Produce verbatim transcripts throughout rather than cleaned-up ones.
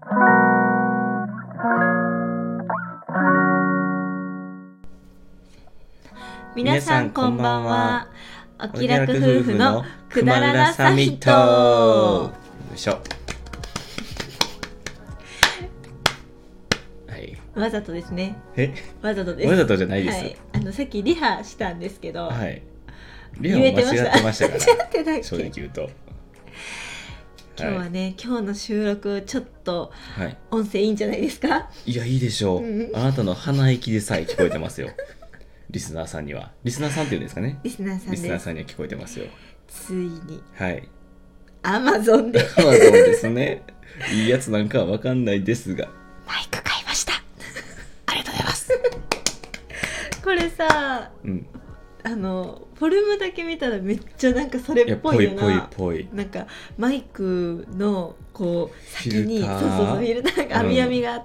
皆さんこんばんは。お気楽夫婦のくだらなサミット。よいしょ。はい。 わざとですね。 え？ わざとです。 わざとじゃないです。 はい、あのさっきリハしたんですけど、 はい。リハも間違ってましたから。 間違ってたっけ？ 正直言うと。 今日はね、はい、今日の収録ちょっと音声いいんじゃないですか？ はい、いやいいでしょう、うん、あなたの鼻息でさえ聞こえてますよ。リスナーさんにはリスナーさんっていうんですかね。 リスナーさんです。 リスナーさんには聞こえてますよ。 ついにはいアマゾンでアマゾンですね。いいやつなんかは分かんないですがマイク買いました。ありがとうございます。これさ、うん、あのフォルムだけ見たらめっちゃなんかそれっぽいよな。 ぽいぽいぽい。 なんかマイクのこう先にそうそうそうフィルターが網網があって、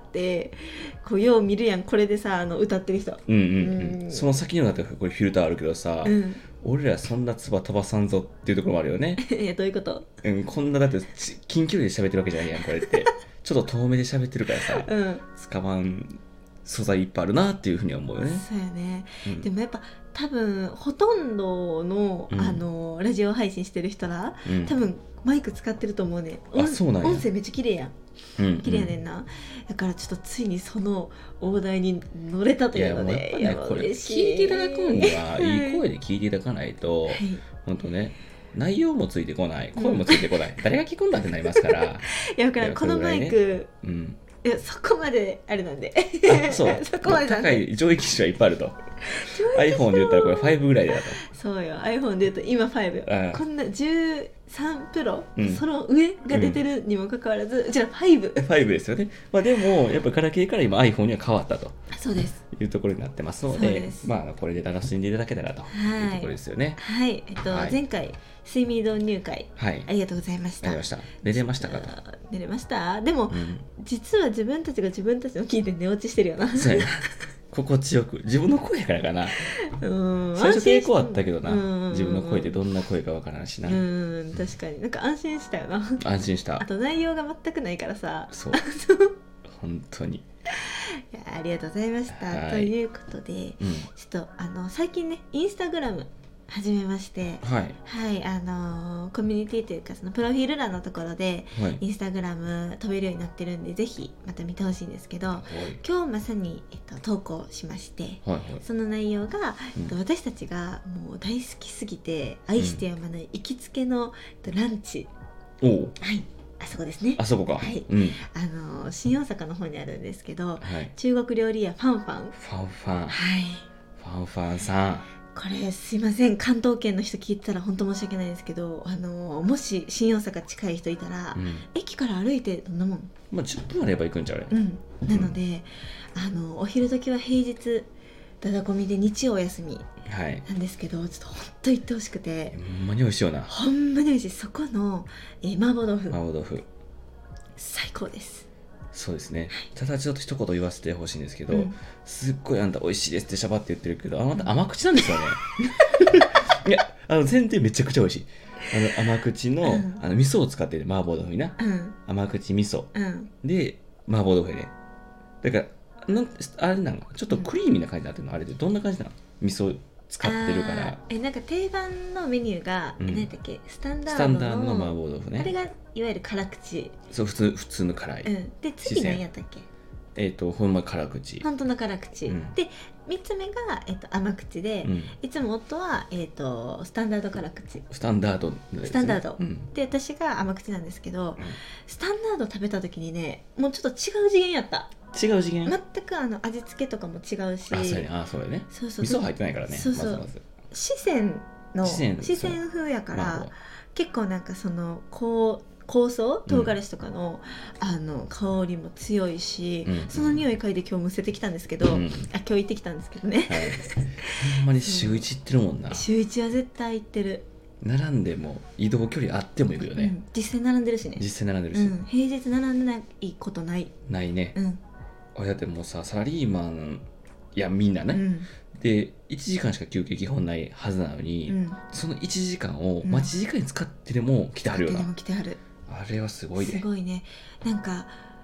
うん、こうよう見るやん。これでさあの歌ってる人、 うんうんうんうん、その先にはだってこれフィルターあるけどさ、うん、俺らそんな唾飛ばさんぞっていうところもあるよね。 いやどういうこと？ うん、こんなだって近距離で喋ってるわけじゃないやんこれって。ちょっと遠目で喋ってるからさ、うん、使わん素材いっぱいあるなっていうふうには思うよね。 そうやね、うん、でもやっぱ多分ほとんどの、うん、あのラジオ配信してる人ら、うん、多分マイク使ってると思うね。 あ、そうなんや。 音声めっちゃ綺麗やん、うん、綺麗やねんな。だからちょっとついにその大台に乗れたというので、 いやもうやっぱねこれ聞いていただくにはいい声で聞いていただかないと、はい、ほんとね内容もついてこない、声もついてこない、うん、誰が聞くんだってなりますから。いやだからこのマイク、ね、うん、いやそこまであれなんで。 あそうそこまで高い上位機種はいっぱいあると。iPhone で言ったらこれファイブぐらいだと。 そうよ iPhone で言うと今ファイブ、うん、こんなじゅうさんプロ、うん、その上が出てるにもかかわらず、うん、じゃあファイブ。ファイブですよね。まあでもやっぱガラケーから今 iPhone には変わったと。 そうです。 いうところになってますので、でまあこれで楽しんでいただけたらというところですよね。 はい。えっと、はい、前回睡眠導入会、はい、ありがとうございました。 ありがとうございました。寝れましたかと。 寝れました。でも、うん、実は自分たちが自分たちの聞いて寝落ちしてるよな。 そうや心地よく自分の声やからかな。うん最初抵抗あったけどな、うん自分の声ってどんな声かわからんしな。 うん確かになんか安心したよな。 安心した。 あと内容が全くないからさ。 そう本当に。 いやありがとうございました。ということで、うん、ちょっとあの最近ねインスタグラム始めまして、はい、はい、あのー、コミュニティというかそのプロフィール欄のところで、はい、インスタグラム飛べるようになってるんでぜひまた見てほしいんですけど、はい、今日まさに、えっと、投稿しまして、はいはい、その内容が、えっと、私たちがもう大好きすぎて愛してやまない行きつけの、えっと、ランチ、 おはいあそこですね。 あそこか。 はい。 うん、 あの新大阪の方にあるんですけど、はい、中国料理屋ファンファン。 ファンファン。 はい。 ファンファンさん。 これすいません関東圏の人聞いてたら本当申し訳ないですけど、あのもし新大阪近い人いたら、うん、駅から歩いてどんなもん？ まあじゅっぷんあれば行くんちゃうね。 うん。なので、うん、あのお昼時は平日だだこみで日曜お休みなんですけど、はい、ちょっと本当行ってほしくて。 ほんまに美味しいよな。 ほんまに美味しい。そこの、えー、麻婆豆腐。 麻婆豆腐。 最高です。 そうですね、はい、ただちょっと一言言わせてほしいんですけど、うん、すっごいあんた美味しいですってシャバって言ってるけどあなた甘口なんですよね。いやあの全然めちゃくちゃ美味しい。あの甘口の、うん、あの味噌を使ってる麻婆豆腐にな、うん、甘口味噌、うん、で麻婆豆腐やね。だからなんあれなのちょっとクリーミーな感じになってるの、あれでどんな感じなの味噌使ってるから。 えなんか定番のメニューが、うん、何だっけスタンダードのスタンダードの麻婆豆腐ね。 あれがいわゆる辛口。 そう普通普通の辛い、 うん、で次何やったっけ。 えっ、ー、とほんま辛口本当の辛口、うん、でみっつめが、えー、と甘口で、うん、いつも夫は、えー、とスタンダード辛口。 スタンダード、ね、 スタンダード、うん、で私が甘口なんですけど、うん、スタンダード食べた時にねもうちょっと違う次元やった。 違う次元全くあの味付けとかも違うし。 あそうやねあそうやねそうそう味噌入ってないからね。 そうそう、まずまず四川の四川風やから、 まあ、 結構なんかそのこう香草唐辛子とかの、うん、あの香りも強いし、うんうん、その匂い嗅いで今日むせてきたんですけど、うん、あ今日行ってきたんですけどね、はい、 ほんまに週一行ってるもんな。 週一は絶対行ってる。 並んでも移動距離あっても行くよね、うん、 実際並んでるしね。 実際並んでるし、うん、 平日並んでないことないないね、うん、俺だってもうさサラリーマンいやみんなね、うん、でいちじかんしか休憩基本ないはずなのに、うん、そのいちじかんを待ち時間に使ってでも来てはるよな、うん、 来てはる。 あれはすごいね。 すごいね。なんか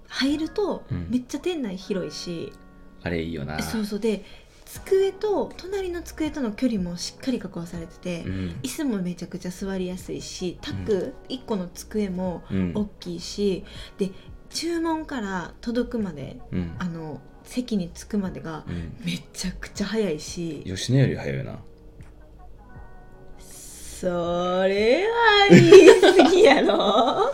入るとめっちゃ店内広いし、 うん、あれいいよな。 そうそうで机と隣の机との距離もしっかり確保されてて、うん、椅子もめちゃくちゃ座りやすいし、卓いっこの机も大きいし、うん、で注文から届くまで、うん、あの席に着くまでがめちゃくちゃ早いし、 うん、吉野より早いよな。 それは言い過ぎやろ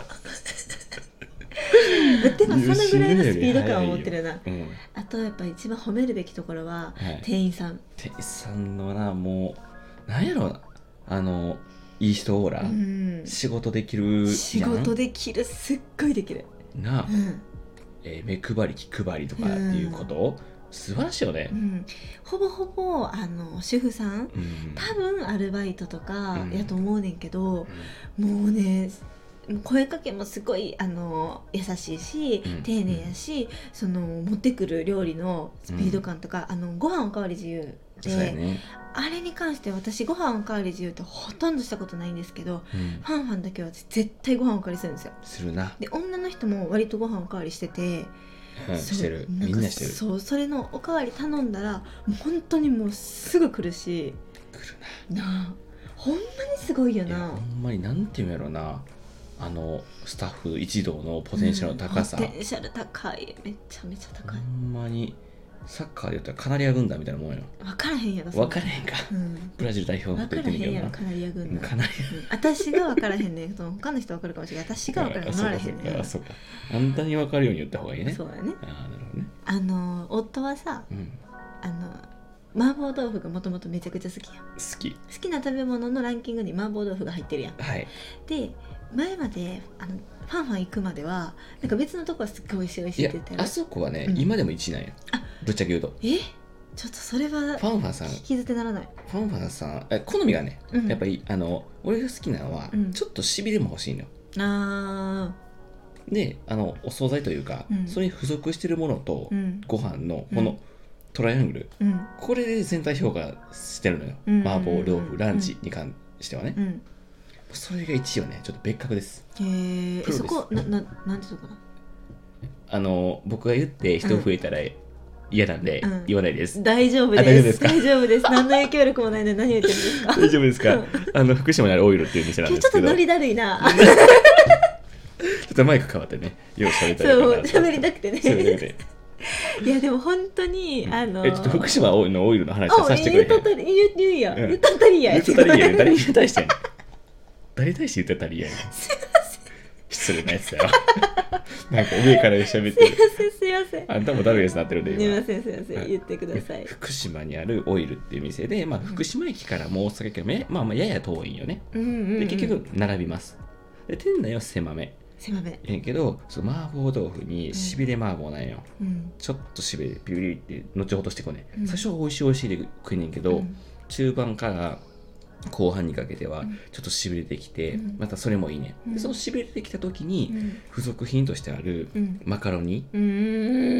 でもそのぐらいのスピード感を持ってるな、うん、あとやっぱ一番褒めるべきところは、はい、店員さん店員さんのな、もうなんやろうな、あのいい人オーラ、うん、仕事できる仕事できるすっごいできるな、うんえー、目配り気配りとかっていうこと、うん、素晴らしいよね、うん、 ほぼほぼあの主婦さん、うん、多分アルバイトとかやと思うねんけど、うん、もうね声かけもすごいあの優しいし、うん、丁寧やし、うん、その持ってくる料理のスピード感とか、うん、あのご飯おかわり自由で、ね、あれに関して私ご飯おかわり自由ってほとんどしたことないんですけど、うん、ファンファンだけは絶対ご飯おかわりするんですよ。 するな。 で女の人も割とご飯おかわりしてて、 うん、してる、みんなしてる。 そうそれのおかわり頼んだらもう本当にもうすぐ来るし、 来るな。 なあほんまにすごいよな。 ほんまになんていうんやろな、あのスタッフ一同のポテンシャルの高さ、 うん、ポテンシャル高い、めちゃめちゃ高い。 ほんまにサッカーで言ったらカナリア軍団みたいなもんよ。 分からへんやろ。 分からへんか、うん、ブラジル代表のこと言ってんけどな。 分からへんやろカナリア軍団。 カナリア、 うん、私が分からへんねんけど他の人分かるかもしれない。私が分からへん乗られへんねん。 あ、そうか。あんたに分かるように言った方がいいね。 そうだね。 あ、なるほどね。 あの夫はさ、うん、あの麻婆豆腐がもともとめちゃくちゃ好きやん。 好き。 好きな食べ物のランキングに麻婆豆腐が入ってるやん。 はい。 で前まであのファンファン行くまではなんか別のとこはすっごい美味しい美味しいって言ってたよ。 あそこはね、うん、今でもいちいなんや。あ、ぶっちゃけ言うと。 え、ちょっとそれはファンファンさん聞き捨てならない。 ファンファンさんえ好みがね、うん、やっぱりあの俺が好きなのは、うん、ちょっとしびれも欲しいのよ。 あで、あのお惣菜というか、うん、それに付属してるものと、うん、ご飯のこの、うんトライアングル、うん、これで全体評価してるのよ、うん、麻婆豆腐ランチに関してはね、うん、それがいちいはねちょっと別格です。 へえ、そこなななんていうのかな、 あの僕が言って人増えたら嫌なんで言わないです、 うん、大丈夫です。大丈夫ですか。大丈夫です。何の影響力もないので何言ってるんですか。 大丈夫ですか。あの福島にあるオイルっていう店なんですけど、 ちょっとノリだるいな。 ちょっとマイク変わってね、よう喋りたいかな。 そう喋りたくてね。喋りたくて。いやでも本当に、うん、あのー、 えちょっと福島のオイルの話させてくれへん。 言うとたり言う言うや、うん、言うとたりや。 言うとたりや。誰に対して誰に対して言ってたりや。すいません。失礼なやつだよ。なんか上から喋ってる。 すいませんすいません。 あんたもダメですなってるんで今。 すいませんすいません、はい、言ってください。 福島にあるオイルっていう店で、まあ福島駅からもう大阪駅からまあまあやや遠いんよね。うんうんうん、で結局並びます。で店内は狭め。 狭めええけど、その麻婆豆腐にしびれ麻婆なんよ、うん、ちょっとしびれピュリって後ほどしてこね、うん、最初は美味しい美味しいで食いねんけど、うん、中盤から後半にかけてはちょっとしびれてきて、うん、またそれもいいね、うん、でそのしびれてきた時に、うん、付属品としてあるマカロニ、うん、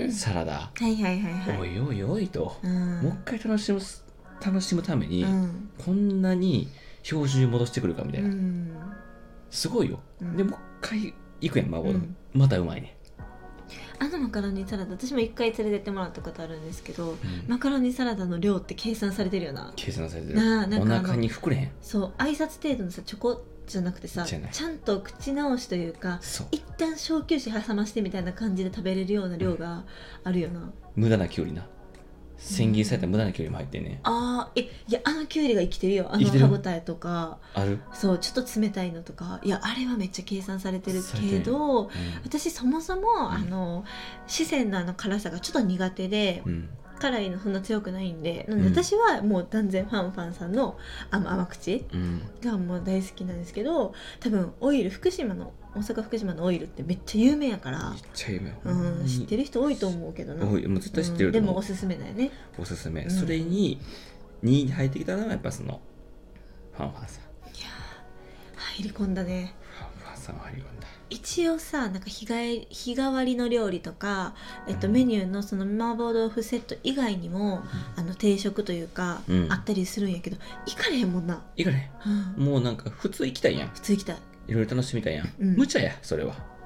サラダ、 はいはいはいはい、 おいおいおいと、うん、もう一回楽しむ楽しむために、うん、こんなに標準に戻してくるかみたいな、うん、すごいよ、うん、でもう一回行くやん麻婆豆腐、うん、またうまいね。 あのマカロニサラダ私も一回連れてってもらったことあるんですけど、うん、マカロニサラダの量って計算されてるよな。 計算されてるな。なんかお腹に膨れへん。 そう挨拶程度のさチョコじゃなくてさちゃんと口直しというか一旦小休止挟ましてみたいな感じで食べれるような量があるよな、うん、 無駄なきゅうりな千切りされた無駄なきゅうりも入ってんね、 うん、あーえいやあのきゅうりが生きてるよ。あの歯ごたえとかあるそうちょっと冷たいのとかいやあれはめっちゃ計算されてるけど、うん、私そもそも、うん、あの四川のあの辛さがちょっと苦手で、うん、辛いのそんな強くないんで、なので私はもう断然ファンファンさんの甘甘口がもう大好きなんですけど、多分オイル福島の大阪福島のオイルってめっちゃ有名やからめっちゃ有名、 うん、知ってる人多いと思うけどな。 多いもう絶対知ってると思う、うん、 でもおすすめだよね。 おすすめ、うん、それににいに入ってきたのはやっぱそのファンファンさん。いや入り込んだね。 ファンファンさんは入り込んだ。 一応さなんか日替日替わりの料理とか、えっと、メニューのその麻婆豆腐セット以外にも、うん、あの定食というか、うん、あったりするんやけど行かれへんもんな。 行かれへん、うん、もうなんか普通行きたいやん。 普通行きたい。 いろいろ楽しみたいやん、うん、無茶やそれは。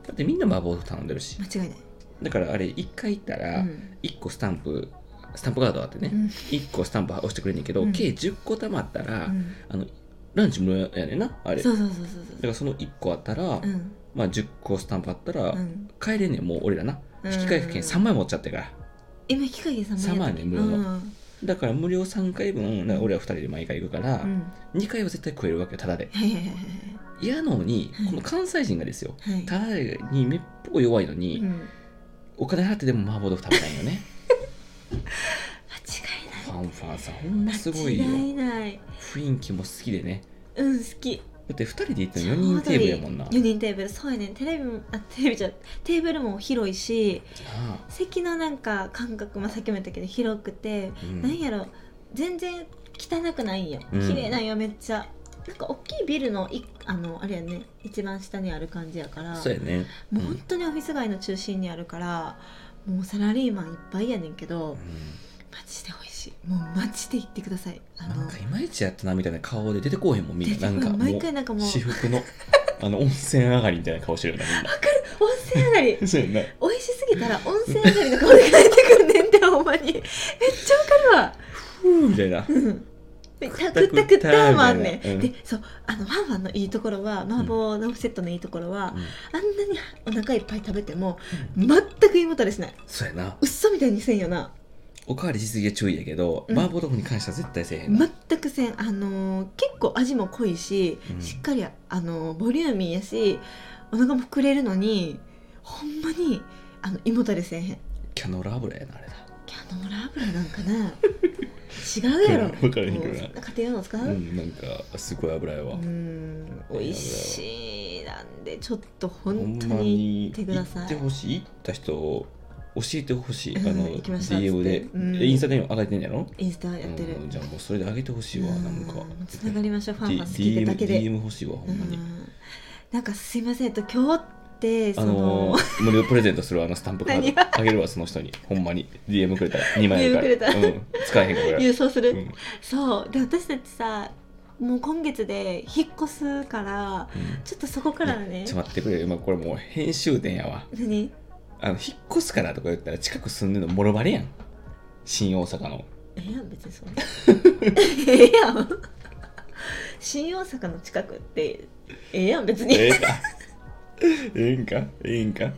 だってみんな麻婆豆腐頼んでるし。 間違いない。 だからあれいっかい行ったらいっこスタンプ、スタンプカードあってね、うん、いっこスタンプ押してくれんねんけど、うん、計じゅっこ貯まったら、うん、あのランチ無料やねんなあれ。 そうそうそうそう。 だからそのいっこあったら、うん、まあじゅっこスタンプあったら、うん、帰れんねんもう俺らな。引き換え券さんまい持っちゃってから。 今引き換え券さんまいさんまいね無料の、うん、だから無料さんかいぶん俺はふたりで毎回行くから、うん、にかいは絶対食えるわけよタダで。いやのに、この関西人がですよ、はい、タダにめっぽう弱いのに、うん、お金払ってでも麻婆豆腐食べたいよね。 間違いない。 ファンファンさんほんますごいよ。 間違いない。 雰囲気も好きでね。 うん好き。 だってふたりで行ったのよにんテーブルやもんな。 よにんテーブル、そうやねん。テレビもあテレビじゃテーブルも広いし、席のなんか感覚もさっきも言ったけど広くて、うん、なんやろ全然汚くないんよ。綺麗なんよめっちゃ。なんか大きいビルのいあのあれやね一番下にある感じやから。 そうやね。 もう本当にオフィス街の中心にあるから、もうサラリーマンいっぱいやねんけど、うん、マジで美味しい。もうマジで行ってください。あのなんかいまいちやったなみたいな顔で出てこうへんもんみんな。なんか毎回なんかもう私服のあの温泉上がりみたいな顔してるよなみんな。 わかる温泉上がり。 そうやな。 美味しすぎたら温泉上がりの顔で帰ってくんねんってほんまにめっちゃわかるわ。 ふーみたいな。 うん食った食ったもあんね、うん、でそうあのファンファンのいいところは麻婆豆腐セットのいいところは、うん、あんなにお腹いっぱい食べても、うん、全く胃もたれしない。 そうやな。 嘘みたいにせんよな。 おかわりしすぎは注意やけど、うん、麻婆豆腐に関しては絶対せえへんな。全くせん。あのー、結構味も濃いし、うん、しっかりあのー、ボリューミーやしお腹も膨れるのにほんまにあの胃もたれせえへん。 キャノーラ油やなあれだ。 キャノーラ油なんかな違うやろ。 分からへんけどな。 家庭用の使う、 うん、なんかすごい油やわ。 うん美味しい。なんでちょっと本当に行ってください。 行ってほしい。行った人教えてほしい。あの、うん、ディーエム で、うん、インスタでも上げてんやろ。 インスタやってる、 うん、じゃあもうそれで上げてほしいわ。なんかつながりましょう。ファンファン好きでだけでディーエム 欲しいわほんまに。 なんかすいませんと今日でその、あのー、無料プレゼントするあのスタンプカードあげるわその人に。ほんまに ディーエム くれたらにまいあるから、うん、使えへんから郵送する、うん、そうで私たちさもう今月で引っ越すから、うん、ちょっとそこからねちょっと待ってくれよ今これもう編集点やわ。 何あの引っ越すからとか言ったら近く住んでるのもろバレやん。新大阪のええやん別にそんなええやん新大阪の近くってええやん別にええかええんかええんか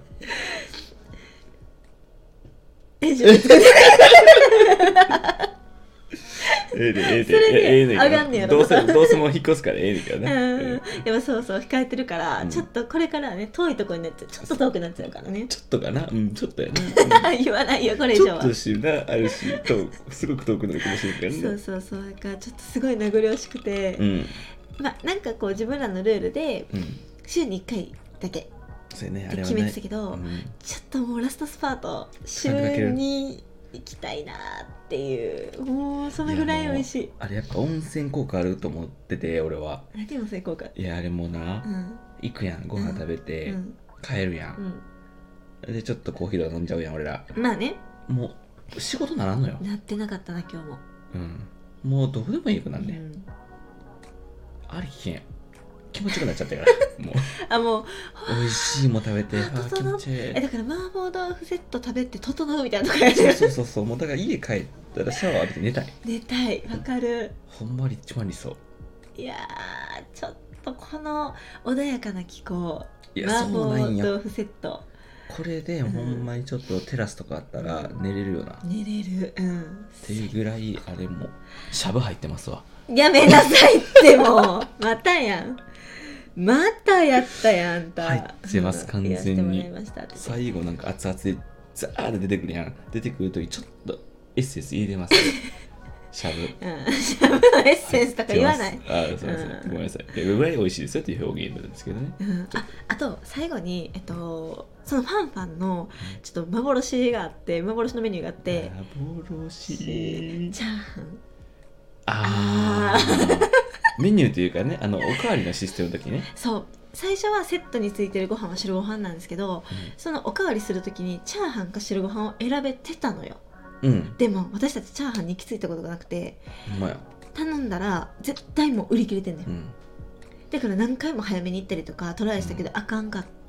えじゃあええでええでええであがんねやろ。 どうせどうせも引っ越すからええねんけどね。 うん、でもそうそう控えてるから、うん、ちょっとこれからはね遠いところになっちゃう。ちょっと遠くなっちゃうからね。 ちょっとかなうんちょっとやな、うん、言わないよこれ以上は。 ちょっとしなあるしすごく遠くなるかもしれないからね。 そうそうそうだからちょっとすごい名残惜しくて、うん、まあなんかこう自分らのルールで、うん、週にいっかいだけって決めてたけど、ねうん、ちょっともうラストスパート週に行きたいなっていう。もうそのぐらい美味しい。いあれやっぱ温泉効果あると思ってて俺は。 何温泉効果。 いやあれもな、うん、行くやんご飯食べて、うん、帰るやん、うん、でちょっとコーヒーとか飲んじゃうやん俺ら。 まあねもう仕事ならんのよ。 なってなかったな今日も。 うんもうどうでもいいくなんね、うん、ありきへん気持ちよくなっちゃったからもうあもう美味しいも食べてあ気持ちいい。 えだから麻婆豆腐セット食べて整うみたいなとこやる。 そうそうそうそうもうだから家帰ったらシャワー浴びて寝たい。 寝たいわかる。 ほんまに一番理想。 いやーちょっとこの穏やかな気候いや麻婆豆腐セットこれでほんまにちょっとテラスとかあったら寝れるよな、 うん、寝れるうんっていうぐらいあれもシャブ入ってますわ。 やめなさいってもうまたやんまたやったやんあんた。 入ってます完全に。最後なんか熱々でザーって出てくるやん。出てくるときちょっとエッセンス入れてますシャブ、 うん、シャブのエッセンスとか言わない。 ああそうそう、うん、ごめんなさい。ぐらい美味しいですよっていう表現なんですけどね、 うん、あ, あと最後にえっとそのファンファンのちょっと幻があって幻のメニューがあって幻チャーハン。 ああメニューというかねあのおかわりのシステムの時ね。 そう最初はセットについてるご飯は白ご飯なんですけど、うん、そのおかわりする時にチャーハンか白ご飯を選べてたのよ、うん、でも私たちチャーハンに行き着いたことがなくて、 うまい頼んだら絶対もう売り切れてんねん、うん、だから何回も早めに行ったりとかトライしたけど、うん、あかんかっ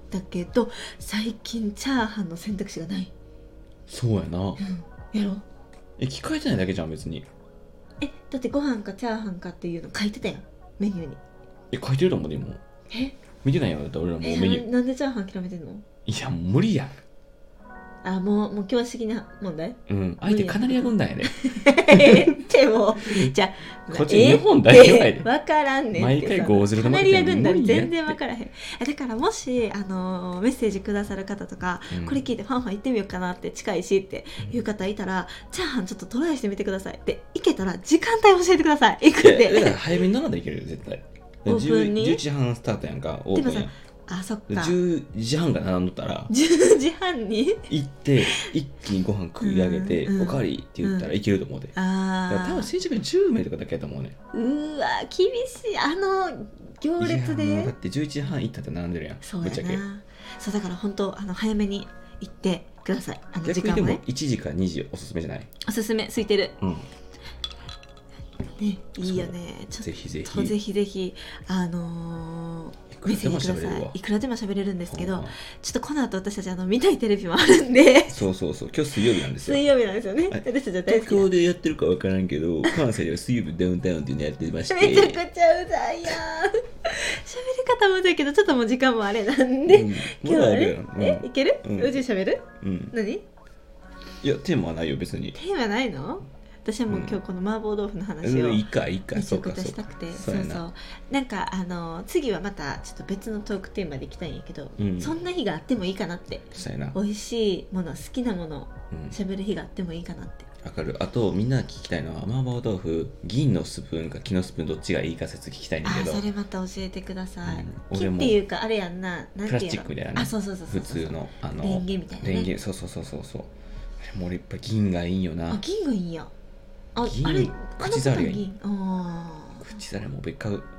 だけど最近チャーハンの選択肢がない。 そうやな、うん、 やろ。 え聞かれてないだけじゃん別に。 えだってご飯かチャーハンかっていうの書いてたやんメニューに。 え書いてると思うでも。 え見てないよだって俺らもうメニュー。 なんでチャーハン諦めてんの。 いやもう無理やん。 あもうもう教師的な問題。 うん相手カナリア軍団やででもじゃあこっち日本代表やで分からんねん毎回 ごたいゼロ で負けてカナリア軍団全然分からへん。だからもし、あのー、メッセージくださる方とか、うん、これ聞いてファンファン行ってみようかなって近いしっていう方いたら、うん、チャーハンちょっとトライしてみてくださいで行けたら時間帯教えてください。行くんで。 だから早めにならないけるよ絶対。 オープンにじゅういちじはんスタートやんかオープンやん。 あそっかじゅうじはんが並んどったらじゅうじはんに行って一気にご飯食い上げて、うん、おかわりって言ったらいけると思うで、 うん、あだから多分先着じゅうめいとかだけやと思うね。 うわ厳しいあの行列で。 いやもうだってじゅういちじはん行ったって並んでるやん。 そうやな。そうだから本当あの早めに行ってください。あの時間も、ね、 逆にでもいちじかにじおすすめじゃない。 おすすめ空いてる、 うんね、いいよね。ちょっとぜひぜひぜひぜひあのー、メッセージください。いくらでも喋れるんですけど、ちょっとこの後私たちあの見たいテレビもあるんで。 そうそうそう今日水曜日なんですよ。 水曜日なんですよね。私たちは大好き。 東京でやってるか分からんけど関西では水曜日ダウンタウンっていうのやってましてめちゃくちゃうざいやん。喋り方もうざいけどちょっともう時間もあれなんで、うん、今日はね、うん、えいける？うん、うち喋る？うん、何？いやテーマはないよ別に。 テーマないの？私はもう今日この麻婆豆腐の話をいいかいいかめちゃくちゃしたくて、そうそうそうなんかあの次はまたちょっと別のトークテーマでいきたいんやけど、うん、そんな日があってもいいかなって。 そうやな。 美味しいもの好きなもの喋る日があってもいいかなって。 わかる。あとみんな聞きたいのは麻婆豆腐銀のスプーンか木のスプーンどっちがいいか説聞きたいんだけど。 あそれまた教えてください、うん、木っていうかあれやんな、なんていうのプラスチックみたいなね。 あそうそうそうそう普通のあのレンゲみたいなね。 レンゲそうそうそうそうそう。あれも俺やっぱ銀がいいんよな。 あ銀がいいんや。あ銀あれ口ざれがいい。 あ口ざれも別格うまいね。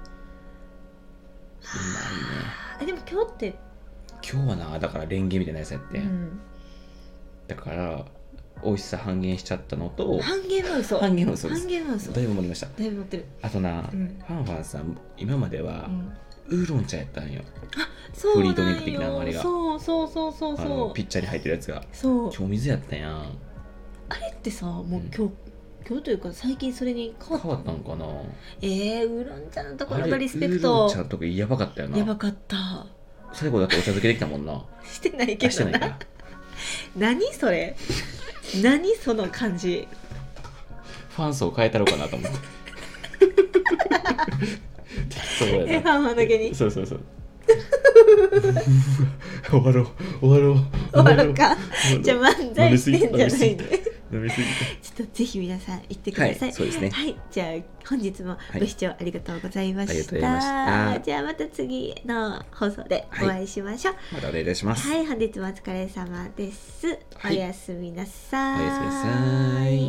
えでも今日って今日はなだからレンゲみたいなやつやって、うん、だから美味しさ半減しちゃったのと半減も嘘半減も嘘です。半減も嘘だいぶ盛りました。 だいぶ盛ってる。 あとな、 うん、 ファンファンさん今までは、うん、ウーロン茶やったんよ。 あそうなんよ。 フリードリンク的なあれがそうそうそうそうそうあのピッチャーに入ってるやつがそう今日水やったやん。 あれってさもう今日、うん今日というか最近それに変わった変わったのかな。 えー、ウーロン茶のところのリスペクト。 ウーロン茶のとこやばかったよな。 やばかった。 最後だってお茶漬けできたもんな。 してないけどな。 してないか。 何それ何その感じ。 ファン層変えたろうかなと思ってそうやな。 えファンファンだけに。 そうそうそう終わろう終わろう終わろうか。じゃあ漫才してんじゃないで飲みすぎちょっとぜひ皆さん行ってください。はい、 そうですね。 はい、じゃあ本日もご視聴ありがとうございました。 はい、ありがとうございました。 じゃあまた次の放送でお会いしましょう。はい、 またお願いいたします。 はい、本日もお疲れ様です。はい、おやすみなさい。 おやすみなさい。